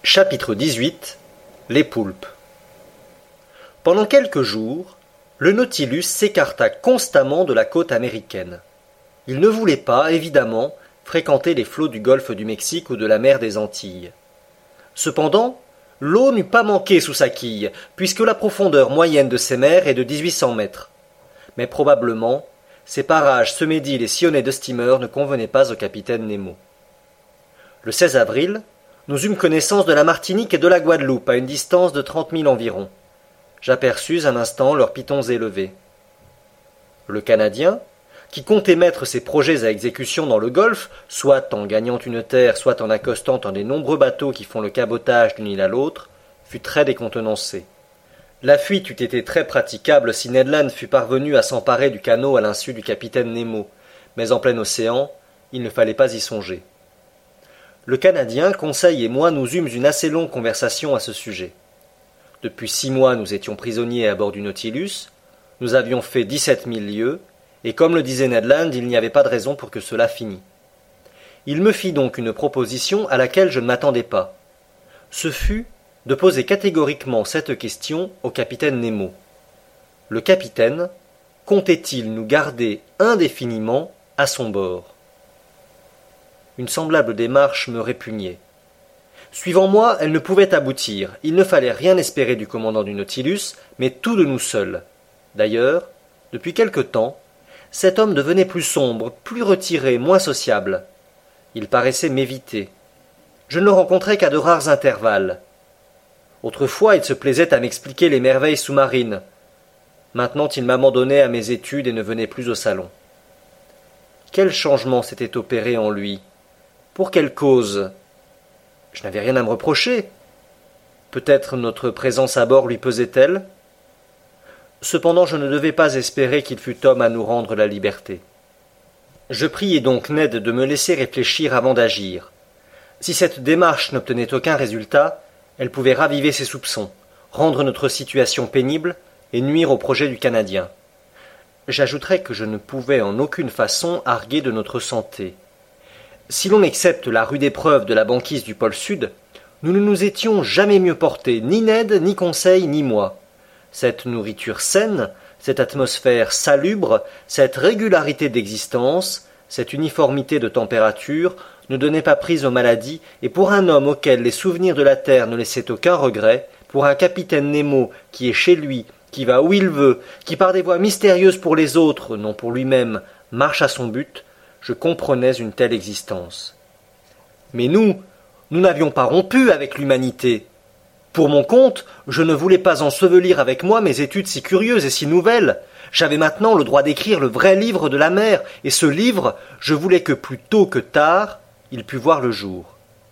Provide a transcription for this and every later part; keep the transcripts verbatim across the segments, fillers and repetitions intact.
Chapitre dix-huit. Les poulpes. Pendant quelques jours, le Nautilus s'écarta constamment de la côte américaine. Il ne voulait pas, évidemment, fréquenter les flots du golfe du Mexique ou de la mer des Antilles. Cependant, l'eau n'eût pas manqué sous sa quille, puisque la profondeur moyenne de ces mers est de dix-huit cents mètres. Mais probablement, ces parages semés d'îles et sillonnés de steamers ne convenaient pas au capitaine Nemo. Le seize avril, nous eûmes connaissance de la Martinique et de la Guadeloupe à une distance de trente milles environ. J'aperçus un instant leurs pitons élevés. Le Canadien, qui comptait mettre ses projets à exécution dans le golfe, soit en gagnant une terre, soit en accostant un des nombreux bateaux qui font le cabotage d'une île à l'autre, fut très décontenancé. La fuite eût été très praticable si Ned Land fût parvenu à s'emparer du canot à l'insu du capitaine Nemo, mais en plein océan, il ne fallait pas y songer. Le Canadien, Conseil et moi nous eûmes une assez longue conversation à ce sujet. Depuis six mois nous étions prisonniers à bord du Nautilus, nous avions fait dix-sept mille lieues, et comme le disait Ned Land, il n'y avait pas de raison pour que cela finît. Il me fit donc une proposition à laquelle je ne m'attendais pas. Ce fut de poser catégoriquement cette question au capitaine Nemo. Le capitaine comptait-il nous garder indéfiniment à son bord ? Une semblable démarche me répugnait. Suivant moi, elle ne pouvait aboutir. Il ne fallait rien espérer du commandant du Nautilus, mais tout de nous seuls. D'ailleurs, depuis quelque temps, cet homme devenait plus sombre, plus retiré, moins sociable. Il paraissait m'éviter. Je ne le rencontrais qu'à de rares intervalles. Autrefois, il se plaisait à m'expliquer les merveilles sous-marines. Maintenant, il m'abandonnait à mes études et ne venait plus au salon. Quel changement s'était opéré en lui ? Pour quelle cause ? Je n'avais rien à me reprocher. Peut-être notre présence à bord lui pesait-elle ? Cependant, je ne devais pas espérer qu'il fût homme à nous rendre la liberté. Je priai donc Ned de me laisser réfléchir avant d'agir. Si cette démarche n'obtenait aucun résultat, elle pouvait raviver ses soupçons, rendre notre situation pénible et nuire au projet du Canadien. J'ajouterai que je ne pouvais en aucune façon arguer de notre santé. Si l'on accepte la rude épreuve de la banquise du pôle Sud, nous ne nous étions jamais mieux portés, ni Ned, ni Conseil, ni moi. Cette nourriture saine, cette atmosphère salubre, cette régularité d'existence, cette uniformité de température ne donnaient pas prise aux maladies, et pour un homme auquel les souvenirs de la terre ne laissaient aucun regret, pour un capitaine Nemo qui est chez lui, qui va où il veut, qui par des voies mystérieuses pour les autres, non pour lui-même, marche à son but, je comprenais une telle existence. Mais nous, nous n'avions pas rompu avec l'humanité. Pour mon compte, je ne voulais pas ensevelir avec moi mes études si curieuses et si nouvelles. J'avais maintenant le droit d'écrire le vrai livre de la mer, et ce livre, je voulais que plus tôt que tard, il pût voir le jour.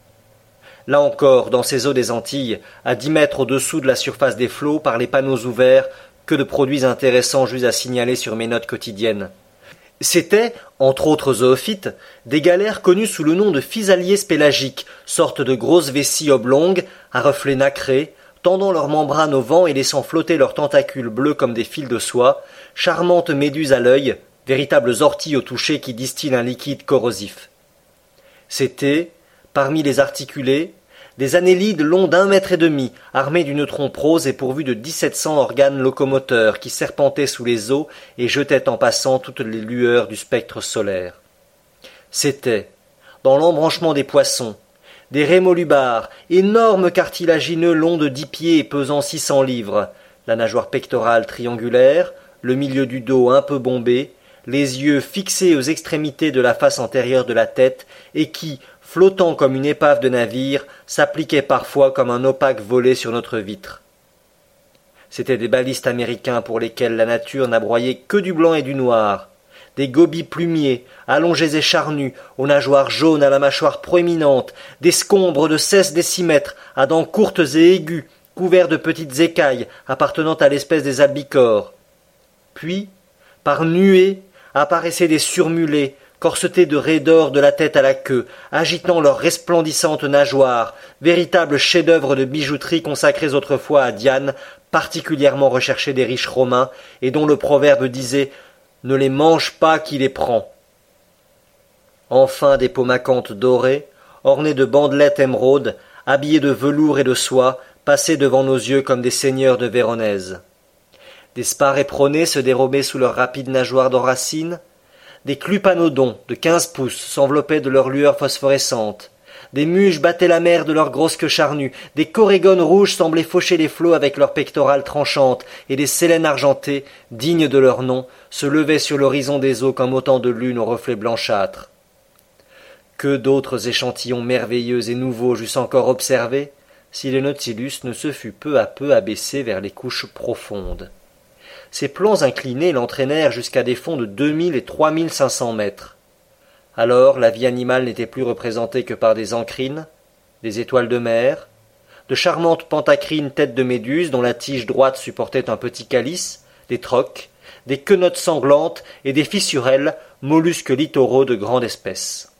Là encore, dans ces eaux des Antilles, à dix mètres au-dessous de la surface des flots, par les panneaux ouverts, que de produits intéressants j'eus à signaler sur mes notes quotidiennes. C'étaient, entre autres zoophytes, des galères connues sous le nom de physaliers pélagiques, sortes de grosses vessies oblongues, à reflets nacrés, tendant leurs membranes au vent et laissant flotter leurs tentacules bleus comme des fils de soie, charmantes méduses à l'œil, véritables orties au toucher qui distillent un liquide corrosif. C'étaient, parmi les articulés, des annélides longs d'un mètre et demi, armés d'une trompe rose et pourvus de dix-sept cents organes locomoteurs qui serpentaient sous les eaux et jetaient en passant toutes les lueurs du spectre solaire. C'étaient, dans l'embranchement des poissons, des rémolubars, énormes cartilagineux longs de dix pieds et pesant six cents livres, la nageoire pectorale triangulaire, le milieu du dos un peu bombé, les yeux fixés aux extrémités de la face antérieure de la tête et qui, flottant comme une épave de navire, s'appliquaient parfois comme un opaque volé sur notre vitre. C'étaient des balistes américains pour lesquels la nature n'a broyé que du blanc et du noir, des gobies plumiers, allongés et charnus, aux nageoires jaunes à la mâchoire proéminente, des scombres de seize décimètres, à dents courtes et aiguës, couverts de petites écailles appartenant à l'espèce des albicores. Puis, par nuées, apparaissaient des surmulets, corsetés de raies d'or de la tête à la queue, agitant leurs resplendissantes nageoires, véritables chefs-d'œuvre de bijouterie consacrés autrefois à Diane, particulièrement recherchée des riches romains, et dont le proverbe disait « Ne les mange pas qui les prend ». Enfin des pomacantes dorées, ornées de bandelettes émeraudes, habillés de velours et de soie, passaient devant nos yeux comme des seigneurs de Véronèse. Des spares éperonnées se dérobaient sous leurs rapides nageoires d'enracines, des clupanodons de quinze pouces s'enveloppaient de leurs lueurs phosphorescentes, des muges battaient la mer de leurs grosses queues charnues, des corégones rouges semblaient faucher les flots avec leurs pectorales tranchantes, et des sélènes argentées, dignes de leur nom, se levaient sur l'horizon des eaux comme autant de lunes aux reflets blanchâtres. Que d'autres échantillons merveilleux et nouveaux j'eusse encore observés, si le Nautilus ne se fût peu à peu abaissé vers les couches profondes. Ses plans inclinés l'entraînèrent jusqu'à des fonds de deux mille et trois mille cinq cents mètres. Alors la vie animale n'était plus représentée que par des encrines, des étoiles de mer, de charmantes pentacrines têtes de méduses dont la tige droite supportait un petit calice, des troques, des quenottes sanglantes et des fissurelles, mollusques littoraux de grande espèce.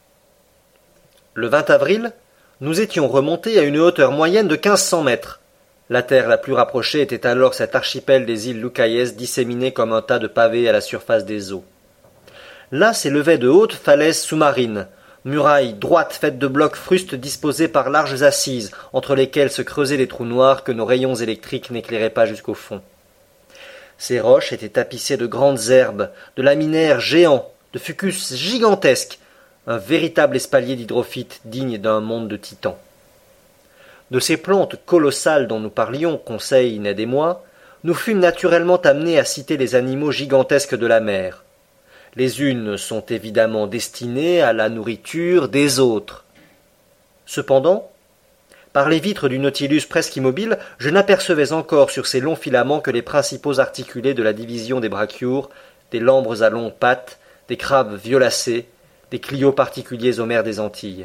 Le vingt avril, nous étions remontés à une hauteur moyenne de quinze cents mètres. La terre la plus rapprochée était alors cet archipel des îles Lucayes disséminé comme un tas de pavés à la surface des eaux. Là s'élevaient de hautes falaises sous-marines, murailles droites faites de blocs frustes disposés par larges assises, entre lesquelles se creusaient des trous noirs que nos rayons électriques n'éclairaient pas jusqu'au fond. Ces roches étaient tapissées de grandes herbes, de laminaires géants, de fucus gigantesques, un véritable espalier d'hydrophytes digne d'un monde de titans. De ces plantes colossales dont nous parlions, Conseil, Ned et moi, nous fûmes naturellement amenés à citer les animaux gigantesques de la mer. Les unes sont évidemment destinées à la nourriture des autres. Cependant, par les vitres du Nautilus presque immobile, je n'apercevais encore sur ces longs filaments que les principaux articulés de la division des brachioures, des lambres à longues pattes, des crabes violacés, des clios particuliers aux mers des Antilles.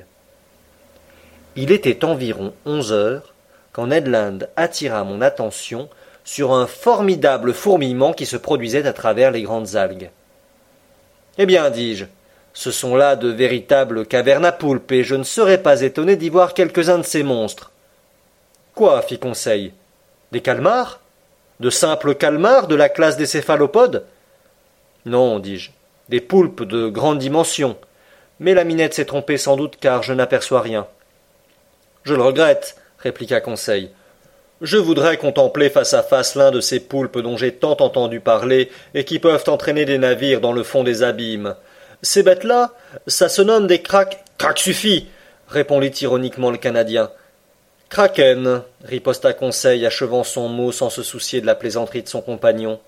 Il était environ onze heures quand Ned Land attira mon attention sur un formidable fourmillement qui se produisait à travers les grandes algues. « Eh bien, dis-je, ce sont là de véritables cavernes à poulpes, et je ne serais pas étonné d'y voir quelques-uns de ces monstres. »« Quoi ?» fit Conseil. « Des calmars ? De simples calmars de la classe des céphalopodes ?»« Non, dis-je, des poulpes de grande dimension. Mais la minette s'est trompée sans doute, car je n'aperçois rien. »« Je le regrette, » répliqua Conseil. « Je voudrais contempler face à face l'un de ces poulpes dont j'ai tant entendu parler et qui peuvent entraîner des navires dans le fond des abîmes. Ces bêtes-là, ça se nomme des craques. »« Craques suffit !» répondit ironiquement le Canadien. « Kraken !» riposta Conseil, achevant son mot sans se soucier de la plaisanterie de son compagnon.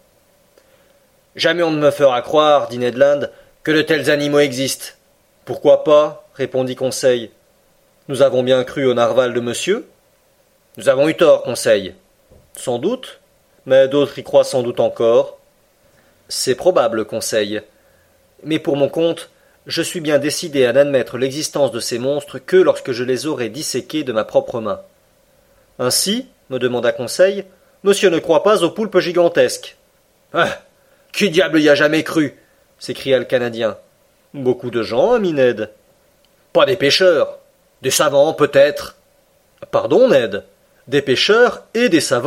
« Jamais on ne me fera croire, dit Ned Land, que de tels animaux existent. »« Pourquoi pas ?» répondit Conseil. « Nous avons bien cru au narval de monsieur. » « Nous avons eu tort, Conseil. »« Sans doute, mais d'autres y croient sans doute encore. »« C'est probable, Conseil. Mais pour mon compte, je suis bien décidé à n'admettre l'existence de ces monstres que lorsque je les aurai disséqués de ma propre main. »« Ainsi, me demanda Conseil, monsieur ne croit pas aux poulpes gigantesques. »« Ah, qui diable y a jamais cru ?» s'écria le Canadien. « Beaucoup de gens, ami Ned. »« Pas des pêcheurs. Des savants, peut-être. »« Pardon, Ned. Des pêcheurs et des savants. »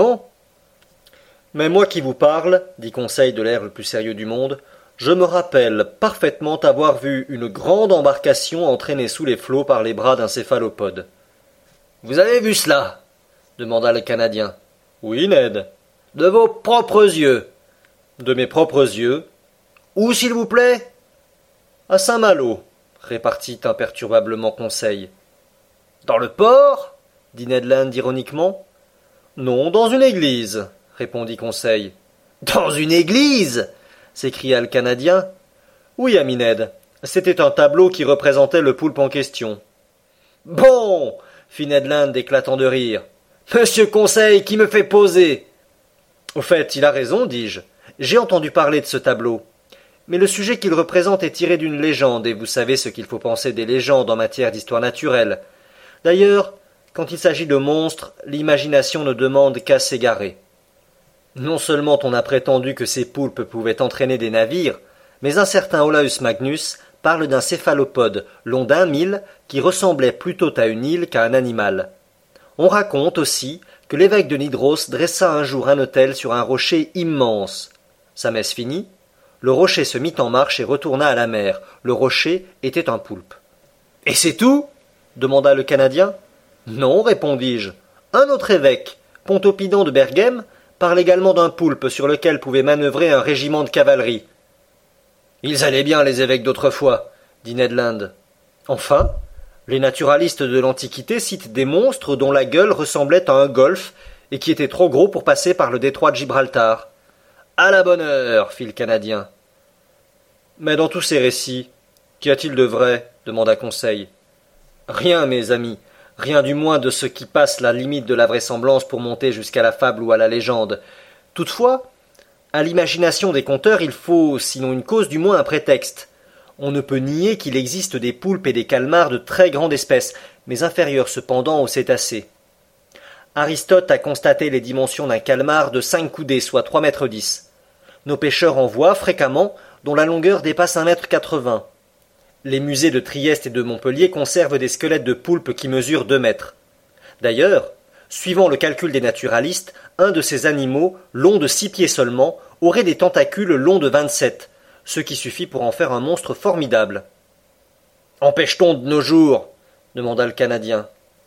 Mais moi qui vous parle, dit Conseil de l'air le plus sérieux du monde, je me rappelle parfaitement avoir vu une grande embarcation entraînée sous les flots par les bras d'un céphalopode. « Vous avez vu cela ?» demanda le Canadien. « Oui, Ned. »« De vos propres yeux. »« De mes propres yeux. »« Où, s'il vous plaît ?»« À Saint-Malo, » répartit imperturbablement Conseil. « Dans le port ?» dit Ned Land ironiquement. « Non, dans une église, » répondit Conseil. « Dans une église ?» s'écria le Canadien. « Oui, ami Ned, c'était un tableau qui représentait le poulpe en question. »« Bon !» fit Ned Land éclatant de rire. « Monsieur Conseil qui me fait poser !»« Au fait, il a raison, dis-je. J'ai entendu parler de ce tableau. Mais le sujet qu'il représente est tiré d'une légende, et vous savez ce qu'il faut penser des légendes en matière d'histoire naturelle. D'ailleurs, quand il s'agit de monstres, l'imagination ne demande qu'à s'égarer. Non seulement on a prétendu que ces poulpes pouvaient entraîner des navires, mais un certain Olaus Magnus parle d'un céphalopode long d'un mille qui ressemblait plutôt à une île qu'à un animal. On raconte aussi que l'évêque de Nidros dressa un jour un autel sur un rocher immense. Sa messe finie, le rocher se mit en marche et retourna à la mer. Le rocher était un poulpe. « Et c'est tout ?» demanda le Canadien. Non, répondis-je. Un autre évêque, Pontoppidan de Berghem, parle également d'un poulpe sur lequel pouvait manœuvrer un régiment de cavalerie. Ils allaient bien, les évêques d'autrefois, dit Ned Land. Enfin, les naturalistes de l'Antiquité citent des monstres dont la gueule ressemblait à un golfe et qui étaient trop gros pour passer par le détroit de Gibraltar. À la bonne heure, fit le Canadien. Mais dans tous ces récits, qu'y a-t-il de vrai? Demanda Conseil. Rien, mes amis, rien du moins de ce qui passe la limite de la vraisemblance pour monter jusqu'à la fable ou à la légende. Toutefois, à l'imagination des conteurs, il faut, sinon une cause, du moins un prétexte. On ne peut nier qu'il existe des poulpes et des calmars de très grande espèce, mais inférieurs cependant aux cétacés. Aristote a constaté les dimensions d'un calmar de cinq coudées, soit trois mètres dix. Nos pêcheurs en voient fréquemment, dont la longueur dépasse un mètre quatre-vingts. Les musées de Trieste et de Montpellier conservent des squelettes de poulpes qui mesurent deux mètres. D'ailleurs, suivant le calcul des naturalistes, un de ces animaux, long de six pieds seulement, aurait des tentacules longs de vingt-sept, ce qui suffit pour en faire un monstre formidable. « Empêche-t-on de nos jours ?» demanda le Canadien.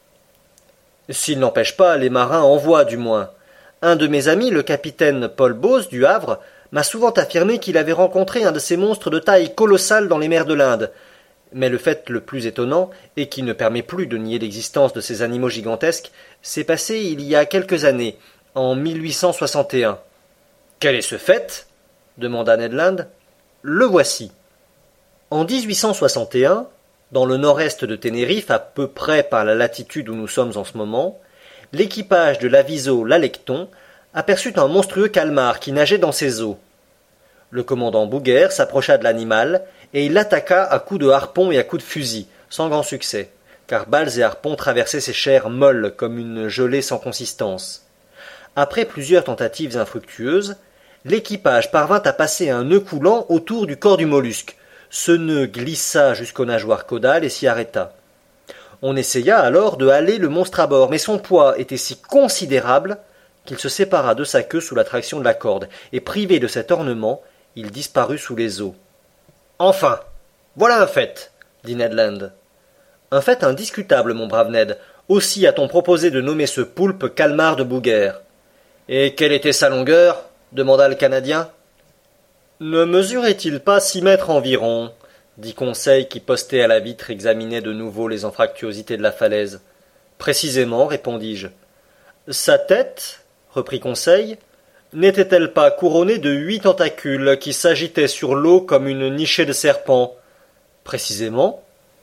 « S'il n'empêche pas, les marins en voient du moins. Un de mes amis, le capitaine Paul Bose du Havre, m'a souvent affirmé qu'il avait rencontré un de ces monstres de taille colossale dans les mers de l'Inde. Mais le fait le plus étonnant, et qui ne permet plus de nier l'existence de ces animaux gigantesques, s'est passé il y a quelques années, en mille huit cent soixante et un. « Quel est ce fait ?» demanda Ned Land. « Le voici. En dix-huit cent soixante et un, dans le nord-est de Tenerife, à peu près par la latitude où nous sommes en ce moment, l'équipage de l'aviso l'Alecton aperçut un monstrueux calmar qui nageait dans ses eaux. Le commandant Bouguer s'approcha de l'animal et il l'attaqua à coups de harpon et à coups de fusil, sans grand succès, car balles et harpons traversaient ses chairs molles comme une gelée sans consistance. Après plusieurs tentatives infructueuses, l'équipage parvint à passer un nœud coulant autour du corps du mollusque. Ce nœud glissa jusqu'aux nageoires caudales et s'y arrêta. On essaya alors de haler le monstre à bord, mais son poids était si considérable qu'il se sépara de sa queue sous la traction de la corde, et privé de cet ornement, il disparut sous les eaux. « Enfin, voilà un fait, dit Ned Land. Un fait indiscutable, mon brave Ned. Aussi a-t-on proposé de nommer ce poulpe calmar de Bouguer. Et quelle était sa longueur? Demanda le Canadien. Ne mesurait-il pas six mètres environ? Dit Conseil, qui, posté à la vitre, examinait de nouveau les anfractuosités de la falaise. Précisément, répondis-je. Sa tête, reprit Conseil, n'était-elle pas couronnée de huit tentacules qui s'agitaient sur l'eau comme une nichée de serpent? Précisément.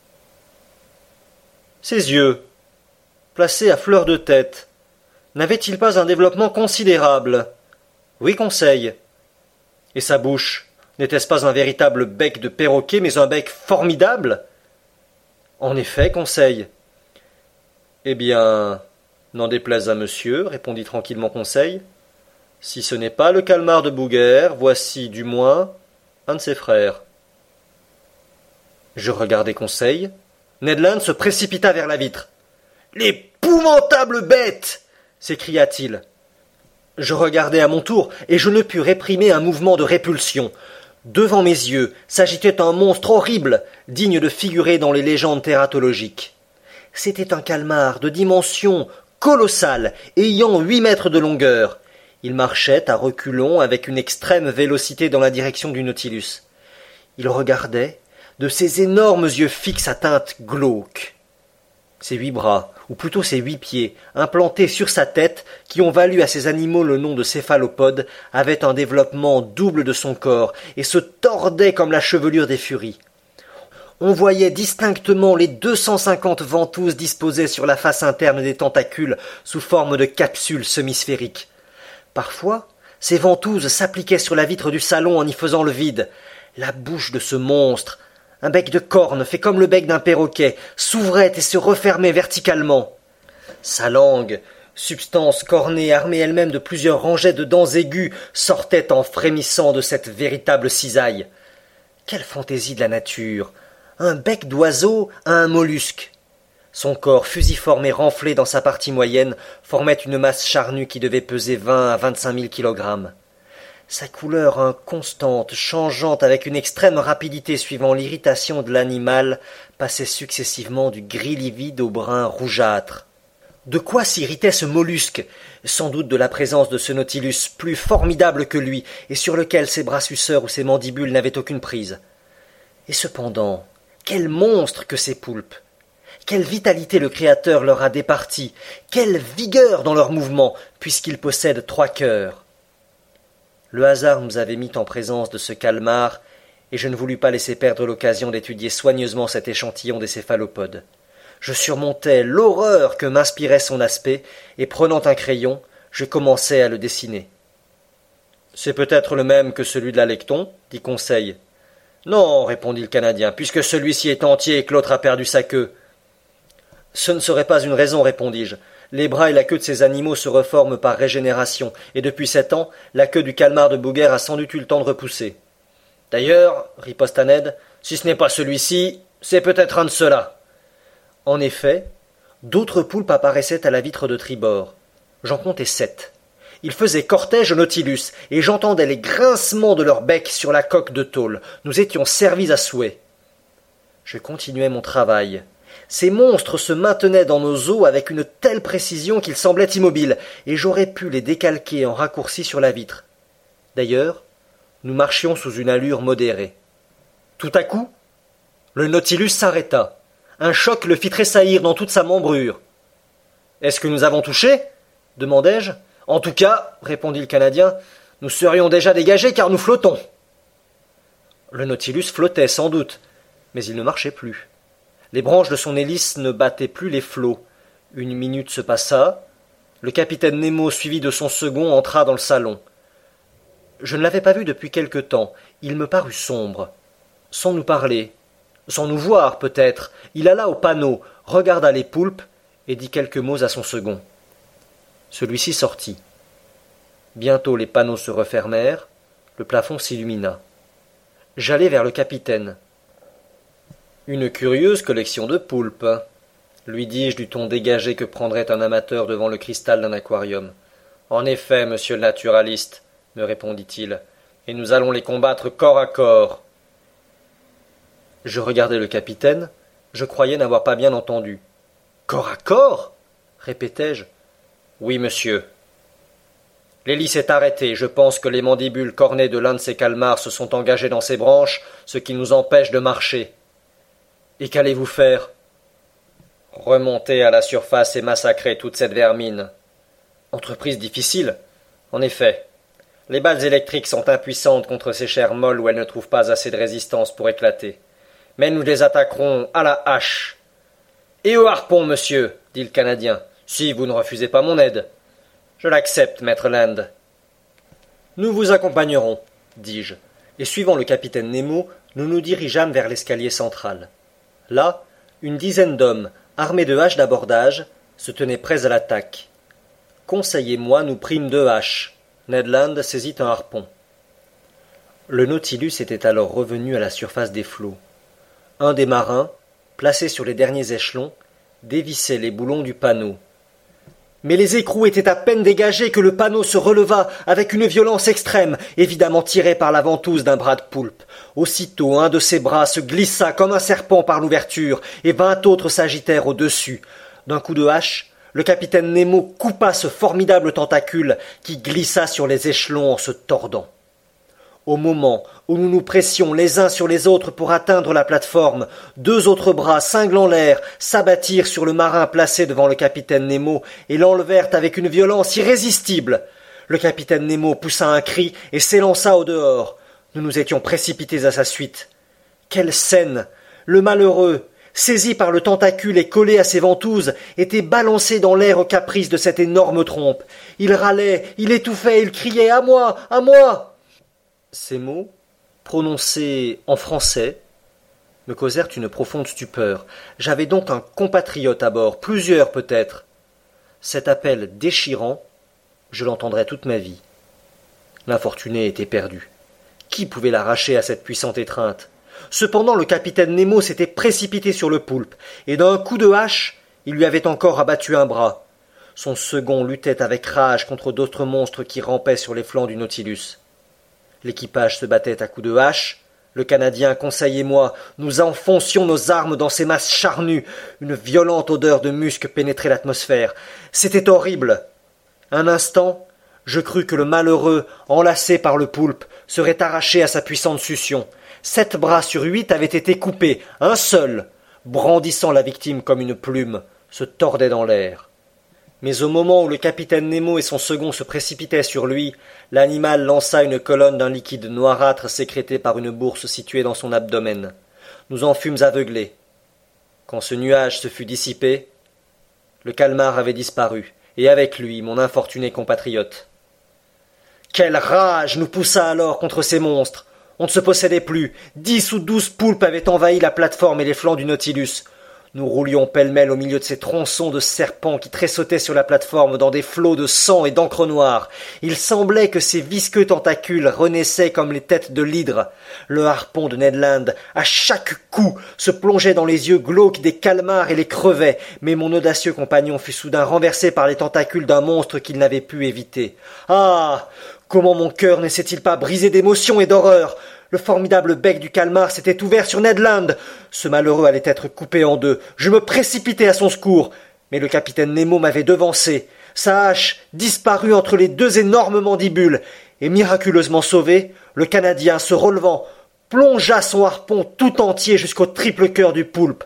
Ses yeux, placés à fleur de tête, n'avaient-ils pas un développement considérable? Oui, Conseil. Et sa bouche, n'était-ce pas un véritable bec de perroquet, mais un bec formidable? En effet, Conseil. Eh bien, n'en déplaise à monsieur, répondit tranquillement Conseil. Si ce n'est pas le calmar de Bouguer, voici, du moins, un de ses frères. Je regardai Conseil. Ned Land se précipita vers la vitre. « L'épouvantable bête !» s'écria-t-il. Je regardai à mon tour, et je ne pus réprimer un mouvement de répulsion. Devant mes yeux s'agitait un monstre horrible, digne de figurer dans les légendes tératologiques. C'était un calmar de dimension colossale, ayant huit mètres de longueur. Il marchait à reculons avec une extrême vélocité dans la direction du Nautilus. Il regardait de ses énormes yeux fixes à teinte glauque. Ses huit bras, ou plutôt ses huit pieds, implantés sur sa tête, qui ont valu à ces animaux le nom de céphalopodes, avaient un développement double de son corps, et se tordaient comme la chevelure des furies. On voyait distinctement les deux cent cinquante ventouses disposées sur la face interne des tentacules, sous forme de capsules semi-sphériques. Parfois, ces ventouses s'appliquaient sur la vitre du salon en y faisant le vide. La bouche de ce monstre, un bec de corne fait comme le bec d'un perroquet, s'ouvrait et se refermait verticalement. Sa langue, substance cornée armée elle-même de plusieurs rangées de dents aiguës, sortait en frémissant de cette véritable cisaille. Quelle fantaisie de la nature! Un bec d'oiseau à un mollusque. Son corps fusiforme et renflé dans sa partie moyenne formait une masse charnue qui devait peser vingt à vingt-cinq mille kilogrammes. Sa couleur inconstante, changeante avec une extrême rapidité suivant l'irritation de l'animal, passait successivement du gris livide au brun rougeâtre. De quoi s'irritait ce mollusque? Sans doute de la présence de ce Nautilus plus formidable que lui, et sur lequel ses bras suceurs ou ses mandibules n'avaient aucune prise. Et cependant, quel monstre que ces poulpes! Quelle vitalité le Créateur leur a départie! Quelle vigueur dans leurs mouvements, puisqu'ils possèdent trois cœurs! Le hasard nous avait mis en présence de ce calmar, et je ne voulus pas laisser perdre l'occasion d'étudier soigneusement cet échantillon des céphalopodes. Je surmontais l'horreur que m'inspirait son aspect, et prenant un crayon, je commençai à le dessiner. « C'est peut-être le même que celui de l'Alecton, dit Conseil. »« Non, répondit le Canadien, puisque celui-ci est entier et que l'autre a perdu sa queue. »« Ce ne serait pas une raison, répondis-je. Les bras et la queue de ces animaux se reforment par régénération, et depuis sept ans, la queue du calmar de Bouguer a sans doute eu le temps de repousser. »« D'ailleurs, riposta Ned, si ce n'est pas celui-ci, c'est peut-être un de ceux-là. » En effet, d'autres poulpes apparaissaient à la vitre de tribord. J'en comptai sept. Ils faisaient cortège au Nautilus, et j'entendais les grincements de leurs becs sur la coque de tôle. Nous étions servis à souhait. Je continuai mon travail. Ces monstres se maintenaient dans nos eaux avec une telle précision qu'ils semblaient immobiles, et j'aurais pu les décalquer en raccourci sur la vitre. D'ailleurs, nous marchions sous une allure modérée. Tout à coup, le Nautilus s'arrêta. Un choc le fit tressaillir dans toute sa membrure. « Est-ce que nous avons touché ?» demandai-je. « En tout cas, répondit le Canadien, nous serions déjà dégagés car nous flottons. » Le Nautilus flottait sans doute, mais il ne marchait plus. Les branches de son hélice ne battaient plus les flots. Une minute se passa. Le capitaine Nemo, suivi de son second, entra dans le salon. Je ne l'avais pas vu depuis quelque temps. Il me parut sombre. Sans nous parler, sans nous voir peut-être, il alla au panneau, regarda les poulpes et dit quelques mots à son second. Celui-ci sortit. Bientôt les panneaux se refermèrent, le plafond s'illumina. J'allai vers le capitaine. « Une curieuse collection de poulpes, lui dis-je du ton dégagé que prendrait un amateur devant le cristal d'un aquarium. « En effet, monsieur le naturaliste, me répondit-il, et nous allons les combattre corps à corps. » Je regardai le capitaine, je croyais n'avoir pas bien entendu. « Corps à corps » répétai-je. « Oui, monsieur. » L'hélice est arrêtée, je pense que les mandibules cornées de l'un de ces calmars se sont engagées dans ses branches, ce qui nous empêche de marcher. Et qu'allez-vous faire? Remonter à la surface et massacrer toute cette vermine. Entreprise difficile, en effet. Les balles électriques sont impuissantes contre ces chairs molles où elles ne trouvent pas assez de résistance pour éclater. Mais nous les attaquerons à la hache. Et au harpon, monsieur, dit le Canadien, si vous ne refusez pas mon aide. Je l'accepte, maître Land. Nous vous accompagnerons, dis-je, et suivant le capitaine Nemo, nous nous dirigeâmes vers l'escalier central. Là, une dizaine d'hommes, armés de haches d'abordage, se tenaient prêts à l'attaque. Conseil et moi nous prîmes deux haches. Ned Land saisit un harpon. Le Nautilus était alors revenu à la surface des flots. Un des marins, placé sur les derniers échelons, dévissait les boulons du panneau. Mais les écrous étaient à peine dégagés que le panneau se releva avec une violence extrême, évidemment tiré par la ventouse d'un bras de poulpe. Aussitôt un de ses bras se glissa comme un serpent par l'ouverture, et vingt autres s'agitèrent au-dessus. D'un coup de hache, le capitaine Nemo coupa ce formidable tentacule qui glissa sur les échelons en se tordant. Au moment où nous nous pressions les uns sur les autres pour atteindre la plate-forme, deux autres bras, cinglant l'air, s'abattirent sur le marin placé devant le capitaine Nemo et l'enlevèrent avec une violence irrésistible. Le capitaine Nemo poussa un cri et s'élança au dehors. Nous nous étions précipités à sa suite. Quelle scène! Le malheureux, saisi par le tentacule et collé à ses ventouses, était balancé dans l'air au caprice de cette énorme trompe. Il râlait, il étouffait, il criait « À moi! À moi !» Ces mots, prononcés en français, me causèrent une profonde stupeur. J'avais donc un compatriote à bord, plusieurs peut-être. Cet appel déchirant, je l'entendrais toute ma vie. L'infortuné était perdu. Qui pouvait l'arracher à cette puissante étreinte? Cependant le capitaine Nemo s'était précipité sur le poulpe, et d'un coup de hache, il lui avait encore abattu un bras. Son second luttait avec rage contre d'autres monstres qui rampaient sur les flancs du Nautilus. L'équipage se battait à coups de hache, Le Canadien, Conseil et moi, nous enfoncions nos armes dans ces masses charnues. Une violente odeur de musc pénétrait l'atmosphère. C'était horrible. Un instant, je crus que le malheureux, enlacé par le poulpe, serait arraché à sa puissante succion. Sept bras sur huit avaient été coupés, un seul, brandissant la victime comme une plume, se tordait dans l'air. Mais au moment où le capitaine Nemo et son second se précipitaient sur lui, l'animal lança une colonne d'un liquide noirâtre sécrété par une bourse située dans son abdomen. Nous en fûmes aveuglés. Quand ce nuage se fut dissipé, le calmar avait disparu, et avec lui mon infortuné compatriote. Quelle rage nous poussa alors contre ces monstres! On ne se possédait plus. Dix ou douze poulpes avaient envahi la plate-forme et les flancs du Nautilus. Nous roulions pêle-mêle au milieu de ces tronçons de serpents qui tressautaient sur la plate-forme dans des flots de sang et d'encre noire. Il semblait que ces visqueux tentacules renaissaient comme les têtes de l'hydre. Le harpon de Ned Land, à chaque coup, se plongeait dans les yeux glauques des calmars et les crevait, mais mon audacieux compagnon fut soudain renversé par les tentacules d'un monstre qu'il n'avait pu éviter. Ah! Comment mon cœur ne s'est-il pas brisé d'émotion et d'horreur! Le formidable bec du calmar s'était ouvert sur Ned Land. Ce malheureux allait être coupé en deux. Je me précipitai à son secours, mais le capitaine Nemo m'avait devancé. Sa hache disparut entre les deux énormes mandibules, et miraculeusement sauvé, le Canadien, se relevant, plongea son harpon tout entier jusqu'au triple cœur du poulpe.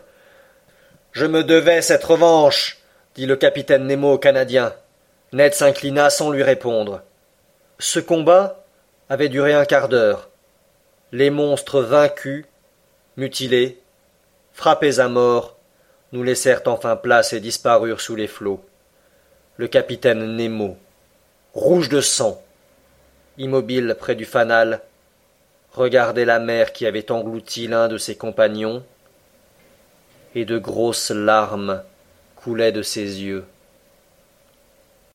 « Je me devais cette revanche, » dit le capitaine Nemo au Canadien. Ned s'inclina sans lui répondre. Ce combat avait duré un quart d'heure. Les monstres vaincus, mutilés, frappés à mort, nous laissèrent enfin place et disparurent sous les flots. Le capitaine Nemo, rouge de sang, immobile près du fanal, regardait la mer qui avait englouti l'un de ses compagnons, et de grosses larmes coulaient de ses yeux.